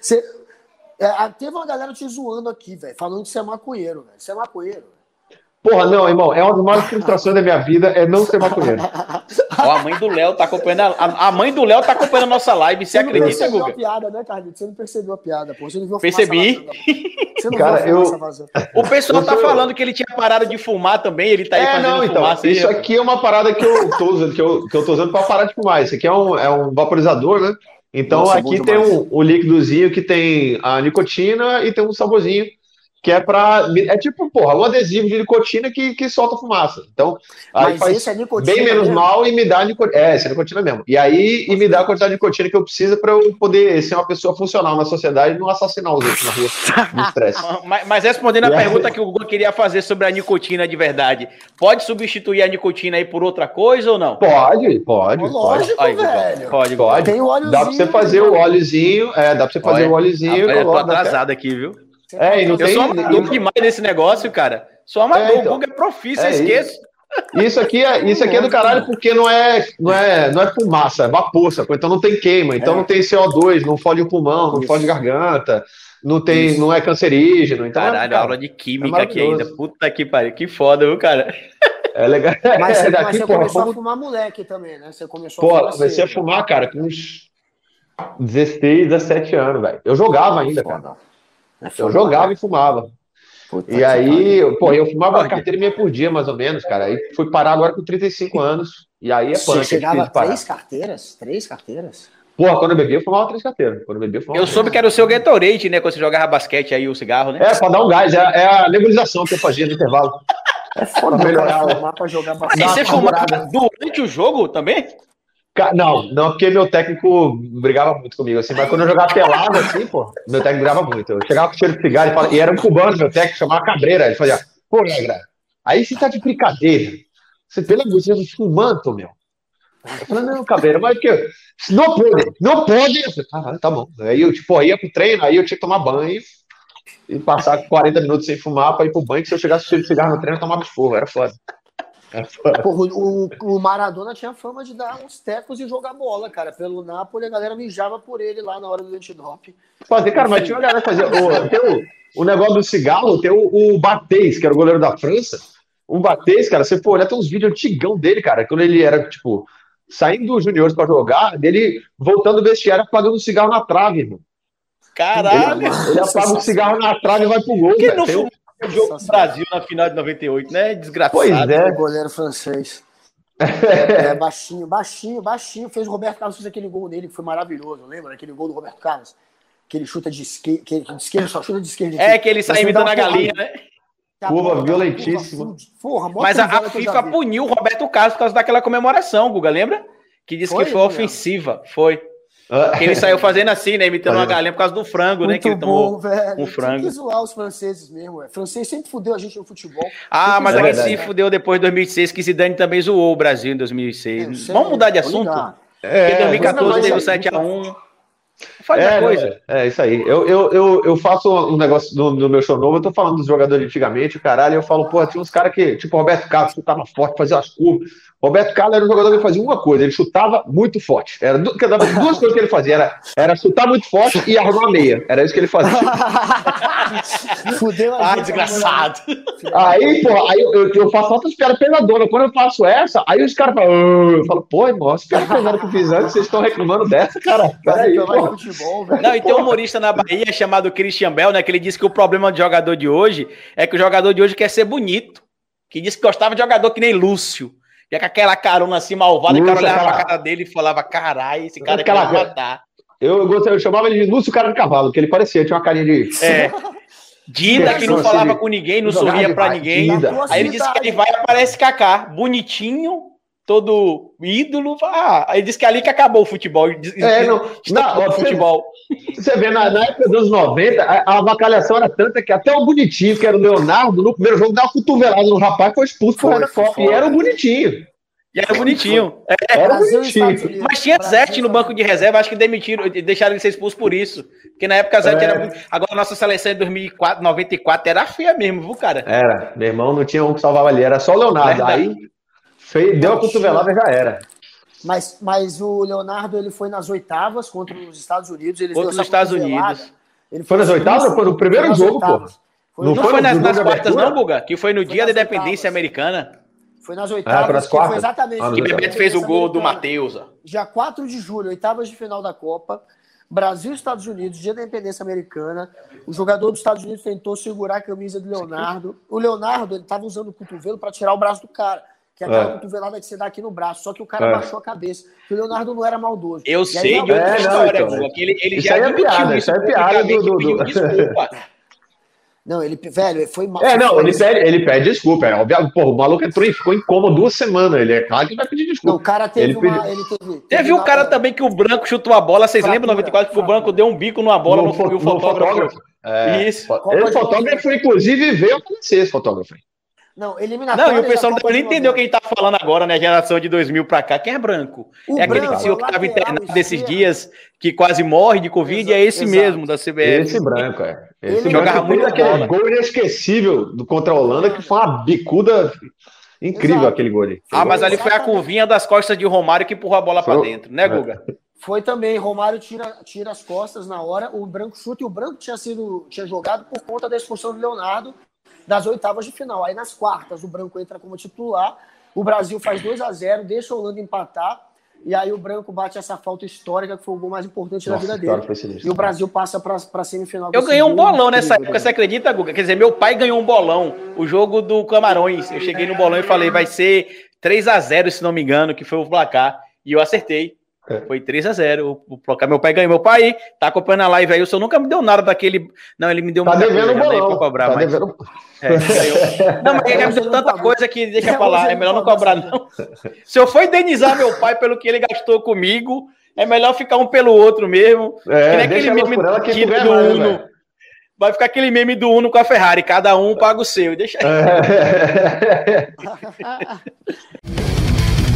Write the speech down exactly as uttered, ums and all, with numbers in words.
Você, é, teve uma galera te zoando aqui, velho, falando que você é maconheiro, velho. Você é maconheiro. Porra, não, irmão, é uma das maiores frustrações da minha vida é não ser maconheiro. Ó, a mãe do Léo tá acompanhando a, a mãe do Léo tá acompanhando a nossa live, você, você acredita, Guga? Você não percebeu a piada, né, Carlito? Você não percebeu a piada, pô. Você não viu a Percebi. Você não Cara, viu a eu... vazando. O pessoal eu tá sou... falando que ele tinha parado de fumar também, ele tá aí é, fazendo não, então, fumaça. Isso aí, aqui é uma parada que eu tô usando, que eu, que eu tô usando pra parar de fumar. Isso aqui é um, é um vaporizador, né? Então Nossa, aqui tem um, um líquidozinho que tem a nicotina e tem um saborzinho que é pra... É tipo, porra, um adesivo de nicotina que, que solta fumaça. Então, aí Mas faz esse é nicotina bem menos mesmo? mal e me dá nicotina. É, esse é nicotina mesmo. E aí, e me dá a quantidade de nicotina que eu preciso pra eu poder ser uma pessoa funcional na sociedade e não assassinar os outros na rua de estresse. Mas, mas respondendo a E aí- pergunta que o Guga queria fazer sobre a nicotina de verdade, pode substituir a nicotina aí por outra coisa ou não? Pode, pode, pode. Lógico, Aí, Guga, velho. pode, Guga. Pode. Tem o óleozinho. Dá pra você fazer o óleozinho, é, dá pra você fazer Olha, o óleozinho. rapaz, eu tô coloca- atrasado aqui, viu? É, e não Eu tem... sou amador demais nesse negócio, cara. Sou amador, É, então. o Guga é profício, É eu esqueço. Isso aqui é, isso aqui é do caralho porque não é, não é, não é fumaça, é vapor, sacou? Então não tem queima, então É. não tem C O dois, não fode o pulmão, não Isso. fode garganta, não, tem, Isso. não é cancerígeno. Então, Caralho, cara, aula de é química aqui ainda. maravilhoso. Puta que pariu, que foda, viu, cara? É legal. Mas você, É, mas daqui, você porra, começou fomos- a fumar moleque também, né? Você começou Pô, a fumar comecei a cedo. fumar, cara, com uns dezesseis, dezessete anos, velho. Eu jogava ainda, cara. Foda. É Eu foda, jogava né? e fumava. Puta E que aí, pariu. pô, eu fumava uma Pode. carteira minha por dia, mais ou menos, cara. Aí fui parar agora com trinta e cinco anos. E aí é Você punk, é chegava difícil a de parar. três carteiras? Três carteiras? Porra, quando eu bebia, eu fumava três carteiras. Quando eu bebia, eu fumava Eu três. soube que era o seu Gatorade, né? Quando você jogava basquete aí, o cigarro, né? É, pra dar um gás. É, é a nebulização que eu fazia no intervalo. É foda Pra melhorar melhorar o- fumar pra jogar Aí basquete. você uma fumava carburada. durante o jogo também? Ca- Não, não, porque meu técnico brigava muito comigo, assim. Mas quando eu jogava pelado, assim, pô, meu técnico brigava muito. Eu chegava com cheiro de cigarro e, falava, e era um cubano, meu técnico, chamava Cabreira. Ele fazia, pô, negra, aí você tá de brincadeira. Você, pelo amor de Deus, fumando, meu. Eu falei, não, Cabreira, mas porque não pode, não pode. Eu falei, caralho, tá bom. Aí eu, tipo, ia pro treino, aí eu tinha que tomar banho e passar quarenta minutos sem fumar pra ir pro banho, que se eu chegasse cheio de cigarro no treino, eu tomava esporro, era foda. Era foda. Porra, o, o Maradona tinha fama de dar uns tecos e jogar bola, cara. Pelo Napoli, a galera mijava por ele lá na hora do antidope. Fazer, cara, mas tinha uma galera que fazia. O, tem o, o negócio do cigarro, tem o, o Batês, que era o goleiro da França. O Batês, cara, você for olhar, tem uns vídeos antigão dele, cara, quando ele era, tipo, saindo dos juniores pra jogar, dele voltando do vestiário, apagando o cigarro na trave, irmão. Caralho! Ele apaga o cigarro na trave e vai pro gol, Por que velho. não Tem um- fumou o jogo do Brasil na final de noventa e oito, né? Desgraçado. Pois é. O goleiro francês. É, baixinho, baixinho, baixinho. Fez o Roberto Carlos, fez aquele gol dele que foi maravilhoso, lembra? Aquele gol do Roberto Carlos. Que ele chuta de esquerda, que de esquerda só chuta de esquerda. É que ele sai Mas imitando dá a uma galinha, porrada. né? Curva Porra, violentíssima. curva, porra, mó Mas a, a cruzada que eu já FIFA vi. puniu o Roberto Carlos por causa daquela comemoração, Guga, lembra? Que disse Foi, que foi eu ofensiva. Foi. Ah, Que ele saiu fazendo assim, né? Imitando uma Fazendo. galinha por causa do frango, né? Muito Que ele bom, tomou velho. um Tem frango. que zoar os franceses mesmo, velho. Francês sempre fudeu a gente no futebol. Ah, Tem que mas zoar aí esse se cara. fudeu depois de dois mil e seis, que Zidane também zoou o Brasil em dois mil e seis. É, isso Vamos aí, mudar de tô assunto? ligado. É, Porque em dois mil e quatorze mas teve o aí, sete a um. Faz É, a coisa. não, é, é isso aí. Eu, eu, eu, eu faço um negócio no, no meu show novo, eu tô falando dos jogadores de antigamente, caralho, e eu falo, pô, tinha uns caras que, tipo, Roberto Carlos, chutava forte, fazia as curvas. Roberto Carlos era um jogador que fazia uma coisa, ele chutava muito forte. Era du- que dava duas coisas que ele fazia, era, era chutar muito forte e arrumar a meia. Era isso que ele fazia. Fudeu a Ah, gente. desgraçado. Aí, pô, aí eu, eu, eu faço outras piadas pesadonas. Quando eu faço essa, aí os caras falam, "Ah", eu falo, pô, irmão, as piadas pesadas que eu fiz antes, vocês estão reclamando dessa, cara. Peraí, Peraí, pô. futebol, velho. Não, e tem um humorista na Bahia chamado Christian Bell, né? Que ele disse que o problema do jogador de hoje é que o jogador de hoje quer ser bonito. Que disse que gostava de jogador que nem Lúcio. E com aquela carona assim malvada, e o cara Lúcio, olhava aquela- pra cara dele e falava: caralho, esse cara Aquela- quer me matar. Eu, gostei, eu chamava ele de Lúcio Cara de Cavalo, porque ele parecia, tinha uma carinha de. É. Dida, que não Assim, falava com ninguém, não jogava sorria pra demais. ninguém. Dida. Aí ele disse que ele vai e aparece Kaká, bonitinho, todo ídolo. Ah, aí disse que é ali que acabou o futebol. É, não, Está não, o futebol. Você vê, na, na época dos noventa, a, a avacalhação era tanta que até o bonitinho, que era o Leonardo, no primeiro jogo, dava uma cotovelada no rapaz, foi expulso Foi, pro da Copa. foi. E era o bonitinho. E era bonitinho. É, Era Brasil e Estados bonitinho. Unidos. mas tinha Brasil Zete e no Estados banco de reserva, acho que demitiram, deixaram ele ser expulso por isso. Porque na época Zete É. era muito. Agora a nossa seleção em dois mil e quatro, noventa e quatro era feia mesmo, viu, cara? Era, meu irmão não tinha um que salvava ali, era só o Leonardo. Verdade. Aí fez, deu a cotovelada e já era. Mas, mas o Leonardo ele foi nas oitavas contra os Estados Unidos. Ele contra os Estados Unidos. Ele foi nas oitavas ou foi no primeiro jogo, pô? Foi, não, não foi, foi nas, nas quartas, não, Guga? Que foi no foi dia da independência oitavas. americana. Foi nas oitavas, ah, nas quartas. Foi exatamente. Ah, que Bebeto fez o gol do Matheus. Dia quatro de julho, oitavas de final da Copa. Brasil e Estados Unidos, dia da independência americana. O jogador dos Estados Unidos tentou segurar a camisa do Leonardo. O Leonardo, ele estava usando o cotovelo para tirar o braço do cara. Que é aquela é. cotovelada que você dá aqui no braço. Só que o cara é. baixou a cabeça. Porque o Leonardo não era maldoso. Eu e sei aí, de outra é, história, não, então, que ele, ele isso já aí é piada, isso é piada do... do, do... Desculpa. Não, ele, velho, foi mal. É, não, ele pede, ele pede desculpa. É, óbvio, porra, o maluco entrou e ficou em coma duas semanas. Ele é claro que vai pedir desculpa. Não, o cara teve ele uma. pedi... Ele teve, teve, teve um cara também que o Branco chutou a bola. Vocês lembram noventa e quatro que o Branco deu um bico numa bola no, no, no fotógrafo? fotógrafo. É, Isso. Esse fotógrafo, inclusive, veio a conhecer esse fotógrafo. Não, eliminatória. Não, e o pessoal não entendeu quem tá falando agora, né? Geração de dois mil pra cá. Quem é Branco? O é aquele branco, senhor que estava internado esquerda. desses dias, que quase morre de Covid, Exato, é esse exato. mesmo, da C B F. Esse Branco, é. Esse Ele Branco jogava muito aquele bola. gol inesquecível do contra a Holanda, que foi uma bicuda incrível. Exato. Aquele gol ali. Ah, mas ali foi a curvinha das costas de Romário que empurrou a bola para dentro, né, Guga? Foi também. Romário tira, tira as costas na hora, o Branco chuta, e o Branco tinha sido tinha jogado por conta da expulsão do Leonardo das oitavas de final. Aí nas quartas o Branco entra como titular, o Brasil faz dois a zero, deixa a Holanda empatar, e aí o Branco bate essa falta histórica, que foi o gol mais importante Nossa, da vida dele. E o Brasil passa para a semifinal. Eu ganhei um bolão nessa época, você acredita, Guga? Quer dizer, meu pai ganhou um bolão, o jogo do Camarões. Eu cheguei no bolão e falei, vai ser três a zero, se não me engano, que foi o placar, e eu acertei. Foi três a zero. O placar, meu pai ganhou. Meu pai tá acompanhando a live aí. O senhor nunca me deu nada daquele. Não, ele me deu tá muita devendo coisa. Bolão. Pra cobrar, tá mas... devendo... é, não, mas ele me deu tanta coisa que deixa pra lá. É melhor não cobrar, não. Se eu for indenizar meu pai pelo que ele gastou comigo, é melhor ficar um pelo outro mesmo. É, que nem aquele meme por ela que do mais, Uno. Véio. Vai ficar aquele meme do Uno com a Ferrari. Cada um paga o seu. Deixa aí. É.